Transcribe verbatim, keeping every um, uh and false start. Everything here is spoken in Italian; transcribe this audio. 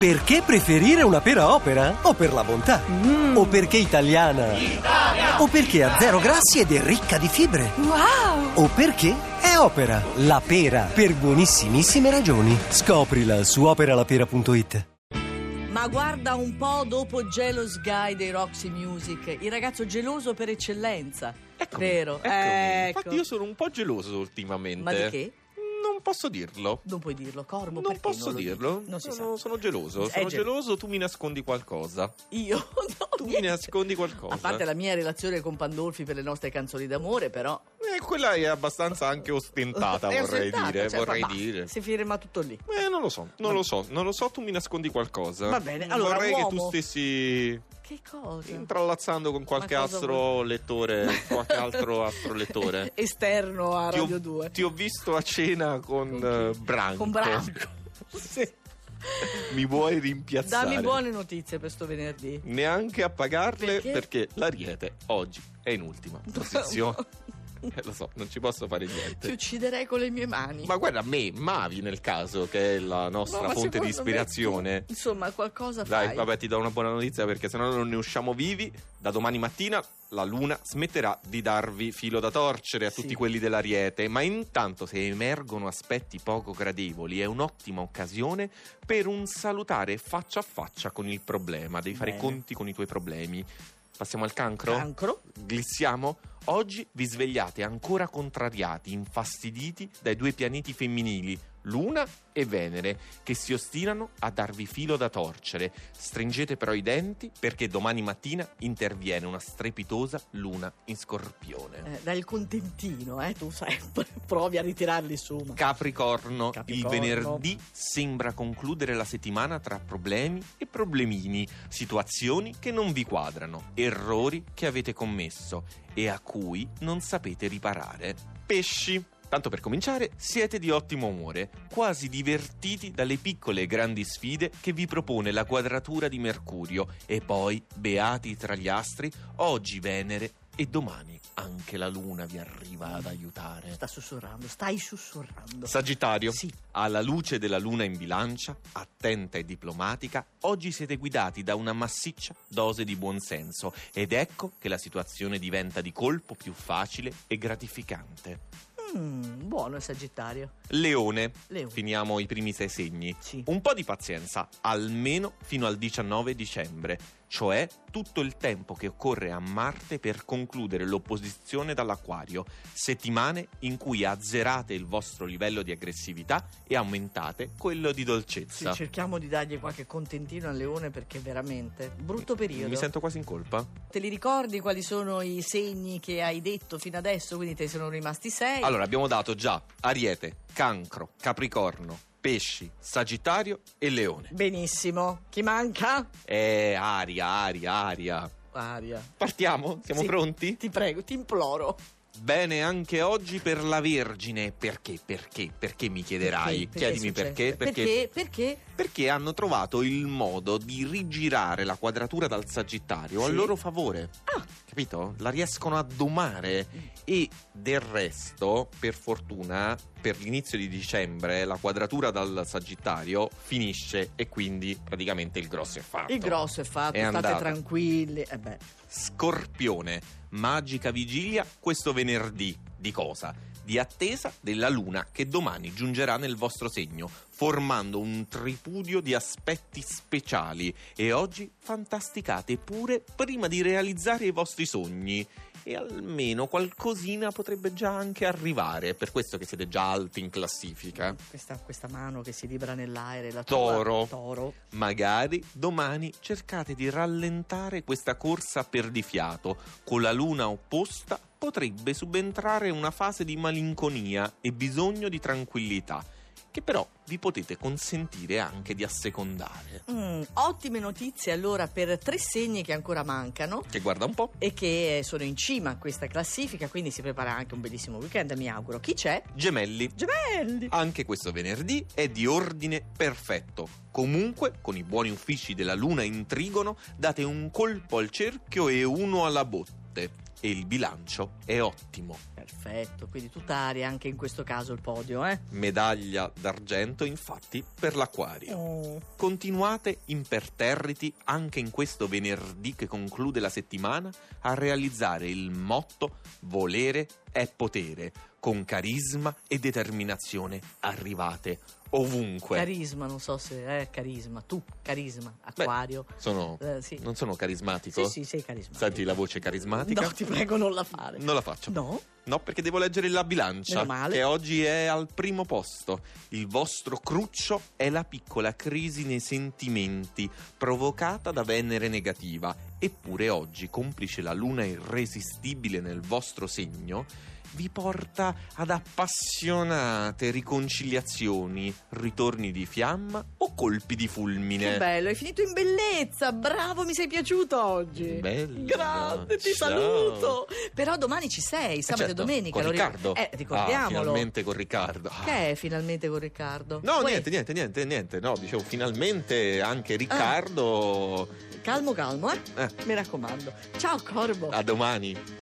Perché preferire una pera Opera? O per la bontà? Mm. O perché italiana? Italia! O perché ha zero grassi ed è ricca di fibre? Wow! O perché è Opera, la pera, per buonissimissime ragioni. Scoprila su operalapera punto it. Ma guarda un po' dopo Jealous Guy dei Roxy Music, il ragazzo geloso per eccellenza. Eccomi, Vero? eccomi. Ecco. Infatti io sono un po' geloso ultimamente. Ma di che? Non posso dirlo. Non puoi dirlo, Corbo, Non perché posso non lo dirlo. dici? Non si sono, sa. sono geloso. È Sono gel- geloso, tu mi nascondi qualcosa. Io? No, Tu niente. mi nascondi qualcosa. A parte la mia relazione con Pandolfi per le nostre canzoni d'amore, però... Eh, quella è abbastanza anche ostentata, È vorrei ostentata, dire. cioè, vorrei ma- dire. Si firma tutto lì. Eh, non lo so, non lo so, non lo so, tu mi nascondi qualcosa. Va bene, allora, Vorrei che tu uomo. stessi Che cosa? intrallazzando con qualche Ma cosa astro vuoi? lettore, qualche altro astro lettore. Esterno a Ti ho, Radio due. ti ho visto a cena con eh, Branco. Con Branco. Sì. Mi vuoi rimpiazzare? Dammi buone notizie per sto venerdì. Neanche a pagarle Perché? perché l'Ariete oggi è in ultima posizione. Eh, lo so, non ci posso fare Ti niente. ucciderei con le mie mani. Ma guarda, me, Mavi nel caso, che è la nostra No, ma fonte di secondo me ispirazione. tu, insomma, qualcosa Dai, fai. vabbè, ti do una buona notizia perché sennò non ne usciamo vivi. Da domani mattina la Luna smetterà di darvi filo da torcere a Sì. tutti quelli dell'Ariete, ma intanto se emergono aspetti poco gradevoli è un'ottima occasione per un salutare faccia a faccia con il problema. Devi fare i Bene. conti con i tuoi problemi. Passiamo al cancro? Cancro. Glissiamo? Oggi vi svegliate ancora contrariati, infastiditi dai due pianeti femminili, Luna e Venere, che si ostinano a darvi filo da torcere. Stringete però i denti perché domani mattina interviene una strepitosa Luna in Scorpione. Eh, dai il contentino, eh, tu sempre provi a ritirarli su. Ma... Capricorno, Capricorno. il venerdì sembra concludere la settimana tra problemi e problemini, situazioni che non vi quadrano, errori che avete commesso e a cui non sapete riparare. Pesci. Tanto per cominciare, siete di ottimo umore, quasi divertiti dalle piccole e grandi sfide che vi propone la quadratura di Mercurio e poi, beati tra gli astri, oggi Venere e domani anche la Luna vi arriva ad aiutare. Sta sussurrando, stai sussurrando. Sagittario, Sì. alla luce della Luna in bilancia, attenta e diplomatica, oggi siete guidati da una massiccia dose di buonsenso ed ecco che la situazione diventa di colpo più facile e gratificante. Mm, buono il Sagittario. Leone, Leone. finiamo i primi sei segni. Sì. Un po' di pazienza, almeno fino al diciannove dicembre, cioè tutto il tempo che occorre a Marte per concludere l'opposizione dall'Acquario, settimane in cui azzerate il vostro livello di aggressività e aumentate quello di Sì, dolcezza. cerchiamo di dargli qualche contentino al Leone perché veramente brutto periodo. Mi sento quasi in colpa. Te li ricordi quali sono i segni che hai detto fino adesso? Quindi te sono rimasti sei. Allora, abbiamo dato già Ariete, Cancro, Capricorno, Pesci, Sagittario e Leone. Benissimo. Chi manca? Eh, aria, aria, aria. Aria. Partiamo? Siamo Sì. pronti? Ti prego, ti imploro. Bene anche oggi per la Vergine. Perché? Perché? Perché mi chiederai? Perché? Chiedimi succede? perché. Perché? Perché? Perché hanno trovato il modo di rigirare la quadratura dal Sagittario a Sì. loro favore. Ah. Capito? La riescono a domare. E del resto, per fortuna, per l'inizio di dicembre la quadratura dal Sagittario finisce e quindi praticamente il grosso è fatto. Il grosso è fatto, È state andata. tranquilli. Eh beh. Scorpione, magica vigilia questo venerdì. Di cosa? Di attesa della Luna che domani giungerà nel vostro segno, formando un tripudio di aspetti speciali. E oggi fantasticate pure prima di realizzare i vostri sogni. E almeno qualcosina potrebbe già anche arrivare. È per questo che siete già alti in classifica. Questa, questa mano che si libera nell'aereo, la Toro. tua Toro. Magari domani cercate di rallentare questa corsa a perdifiato. Con la luna opposta potrebbe subentrare una fase di malinconia e bisogno di tranquillità, che però vi potete consentire anche di assecondare. Mm, ottime notizie allora per tre segni che ancora mancano Che guarda un po'. e che sono in cima a questa classifica, quindi si prepara anche un bellissimo weekend, mi auguro. Chi c'è? Gemelli. Gemelli! Anche questo venerdì è di ordine perfetto. Comunque, con i buoni uffici della Luna in trigono, date un colpo al cerchio e uno alla botte. e il bilancio è ottimo. Perfetto, quindi tutta aria anche in questo caso il podio, eh? Medaglia d'argento infatti per l'Aquario. Oh. Continuate imperterriti anche in questo venerdì che conclude la settimana a realizzare il motto volere è potere. Con carisma e determinazione arrivate ovunque. Carisma, non so se è carisma. Tu, carisma, Acquario. Beh, sono, eh, sì. Non sono carismatico? Sì, sì, sei carismatico. Senti la voce carismatica? No, ti prego, non la fare. Non la faccio. No? No, perché devo leggere la bilancia, Meno male. che oggi è al primo posto. Il vostro cruccio è la piccola crisi nei sentimenti provocata da Venere negativa. Eppure oggi, complice la luna irresistibile nel vostro segno, vi porta ad appassionate riconciliazioni, ritorni di fiamma o colpi di fulmine. Che bello, hai finito in bellezza. Bravo, mi sei piaciuto oggi. Bello. Grande, ti Ciao. saluto. Però domani ci sei, sabato Eh certo, e domenica. con lo ri- Riccardo. Eh, ricordiamolo. Ah, finalmente con Riccardo. Ah. Che è finalmente con Riccardo? No, Uè, niente, niente, niente, niente. No, dicevo finalmente anche Riccardo. Calmo, calmo, eh? Eh. Mi raccomando. Ciao, Corbo. A domani.